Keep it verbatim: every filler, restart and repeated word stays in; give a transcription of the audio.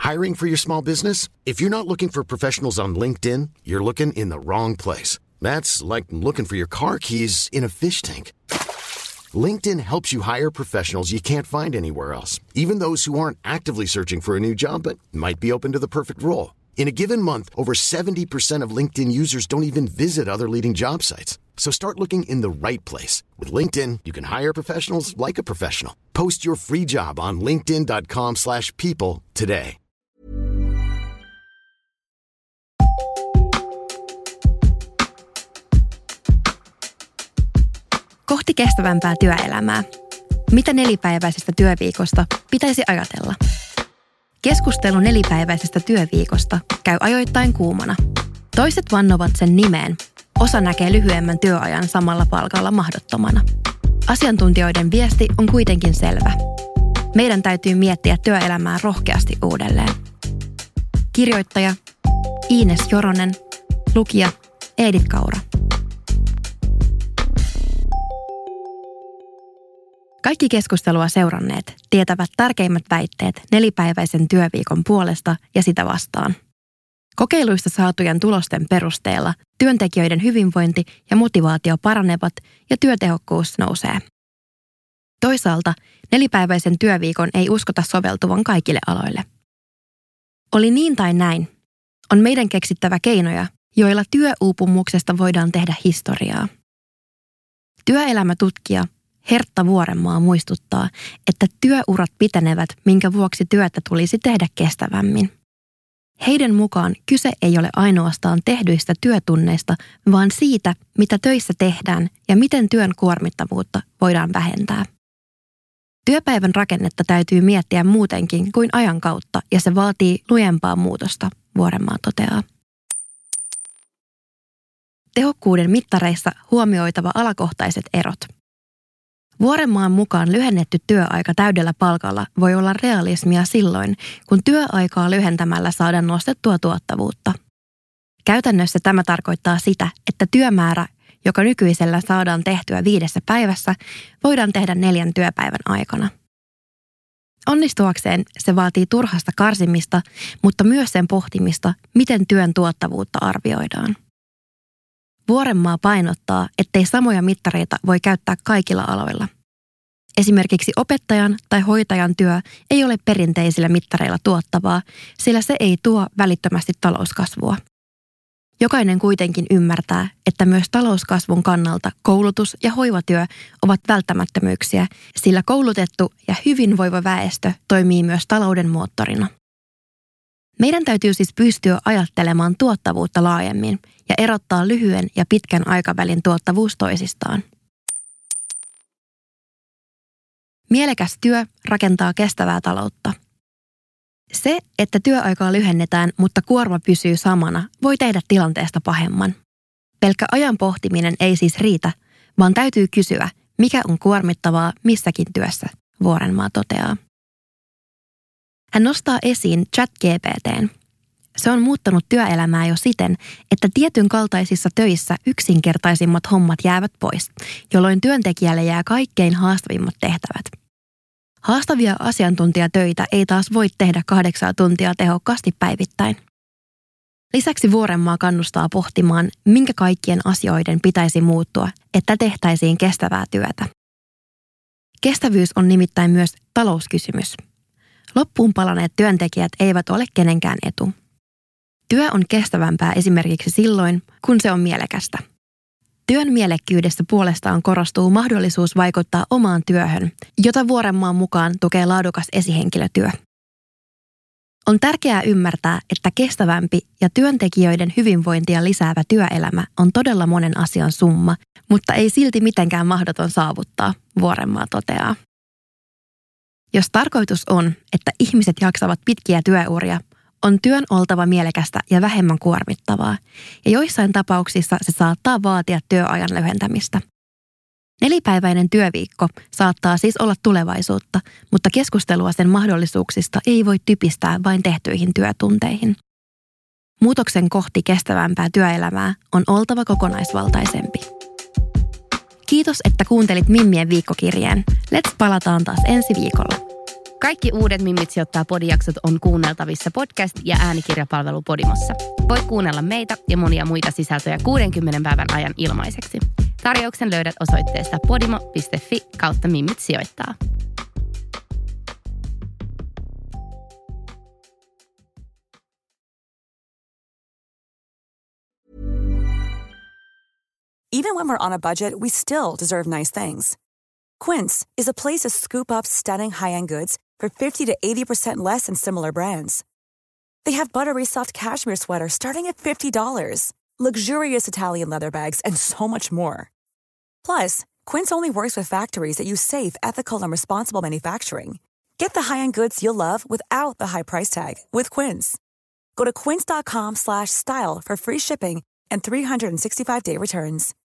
Hiring for your small business? If you're not looking for professionals on LinkedIn, you're looking in the wrong place. That's like looking for your car keys in a fish tank. LinkedIn helps you hire professionals you can't find anywhere else, even those who aren't actively searching for a new job but might be open to the perfect role. In a given month, over seventy percent of LinkedIn users don't even visit other leading job sites. So start looking in the right place. With LinkedIn, you can hire professionals like a professional. Post your free job on linkedin.com slash people today. Kohti kestävämpää työelämää. Mitä nelipäiväisestä työviikosta pitäisi ajatella? Keskustelu nelipäiväisestä työviikosta käy ajoittain kuumana. Toiset vannovat sen nimeen. Osa näkee lyhyemmän työajan samalla palkalla mahdottomana. Asiantuntijoiden viesti on kuitenkin selvä. Meidän täytyy miettiä työelämää rohkeasti uudelleen. Kirjoittaja Iines Joronen, lukija Edith Kaura. Kaikki keskustelua seuranneet tietävät tärkeimmät väitteet nelipäiväisen työviikon puolesta ja sitä vastaan. Kokeiluista saatujen tulosten perusteella työntekijöiden hyvinvointi ja motivaatio paranevat ja työtehokkuus nousee. Toisaalta nelipäiväisen työviikon ei uskota soveltuvan kaikille aloille. Oli niin tai näin, on meidän keksittävä keinoja, joilla työuupumuksesta voidaan tehdä historiaa. Työelämätutkija Hertta Vuorenmaa muistuttaa, että työurat pitenevät, minkä vuoksi työtä tulisi tehdä kestävämmin. Heidän mukaan kyse ei ole ainoastaan tehdyistä työtunneista, vaan siitä, mitä töissä tehdään ja miten työn kuormittavuutta voidaan vähentää. Työpäivän rakennetta täytyy miettiä muutenkin kuin ajan kautta ja se vaatii lujempaa muutosta, Vuorenmaa toteaa. Tehokkuuden mittareissa huomioitava alakohtaiset erot. Vuorenmaan mukaan lyhennetty työaika täydellä palkalla voi olla realismia silloin, kun työaikaa lyhentämällä saadaan nostettua tuottavuutta. Käytännössä tämä tarkoittaa sitä, että työmäärä, joka nykyisellä saadaan tehtyä viidessä päivässä, voidaan tehdä neljän työpäivän aikana. Onnistuakseen se vaatii turhasta karsimista, mutta myös sen pohtimista, miten työn tuottavuutta arvioidaan. Vuorenmaa painottaa, ettei samoja mittareita voi käyttää kaikilla aloilla. Esimerkiksi opettajan tai hoitajan työ ei ole perinteisillä mittareilla tuottavaa, sillä se ei tuo välittömästi talouskasvua. Jokainen kuitenkin ymmärtää, että myös talouskasvun kannalta koulutus ja hoivatyö ovat välttämättömyyksiä, sillä koulutettu ja hyvinvoiva väestö toimii myös talouden moottorina. Meidän täytyy siis pystyä ajattelemaan tuottavuutta laajemmin ja erottaa lyhyen ja pitkän aikavälin tuottavuus toisistaan. Mielekäs työ rakentaa kestävää taloutta. Se, että työaikaa lyhennetään, mutta kuorma pysyy samana, voi tehdä tilanteesta pahemman. Pelkkä ajan pohtiminen ei siis riitä, vaan täytyy kysyä, mikä on kuormittavaa missäkin työssä, Vuorenmaa toteaa. Hän nostaa esiin ChatGPT:n. Se on muuttanut työelämää jo siten, että tietyn kaltaisissa töissä yksinkertaisimmat hommat jäävät pois, jolloin työntekijälle jää kaikkein haastavimmat tehtävät. Haastavia asiantuntijatöitä ei taas voi tehdä kahdeksaa tuntia tehokkaasti päivittäin. Lisäksi Vuorenmaa kannustaa pohtimaan, minkä kaikkien asioiden pitäisi muuttua, että tehtäisiin kestävää työtä. Kestävyys on nimittäin myös talouskysymys. Loppuun palaneet työntekijät eivät ole kenenkään etu. Työ on kestävämpää esimerkiksi silloin, kun se on mielekästä. Työn mielekkyydessä puolestaan korostuu mahdollisuus vaikuttaa omaan työhön, jota Vuorenmaan mukaan tukee laadukas esihenkilötyö. On tärkeää ymmärtää, että kestävämpi ja työntekijöiden hyvinvointia lisäävä työelämä on todella monen asian summa, mutta ei silti mitenkään mahdoton saavuttaa, Vuorenmaa toteaa. Jos tarkoitus on, että ihmiset jaksavat pitkiä työuria, on työn oltava mielekästä ja vähemmän kuormittavaa, ja joissain tapauksissa se saattaa vaatia työajan lyhentämistä. Nelipäiväinen työviikko saattaa siis olla tulevaisuutta, mutta keskustelua sen mahdollisuuksista ei voi typistää vain tehtyihin työtunteihin. Muutoksen kohti kestävämpää työelämää on oltava kokonaisvaltaisempi. Kiitos, että kuuntelit Mimmien viikkokirjeen. Let's palataan taas ensi viikolla. Kaikki uudet Mimmit sijoittaa -podijaksot on kuunneltavissa podcast- ja äänikirjapalvelu Podimossa. Voit kuunnella meitä ja monia muita sisältöjä kuudenkymmenen päivän ajan ilmaiseksi. Tarjouksen löydät osoitteesta podimo piste fi kautta Mimmit sijoittaa. Even when we're on a budget, we still deserve nice things. Quince is a place to scoop up stunning high-end goods for fifty to eighty percent less than similar brands. They have buttery soft cashmere sweaters starting at fifty dollars, luxurious Italian leather bags, and so much more. Plus, Quince only works with factories that use safe, ethical, and responsible manufacturing. Get the high-end goods you'll love without the high price tag with Quince. Go to quince dot com slash style for free shipping and three sixty-five day returns.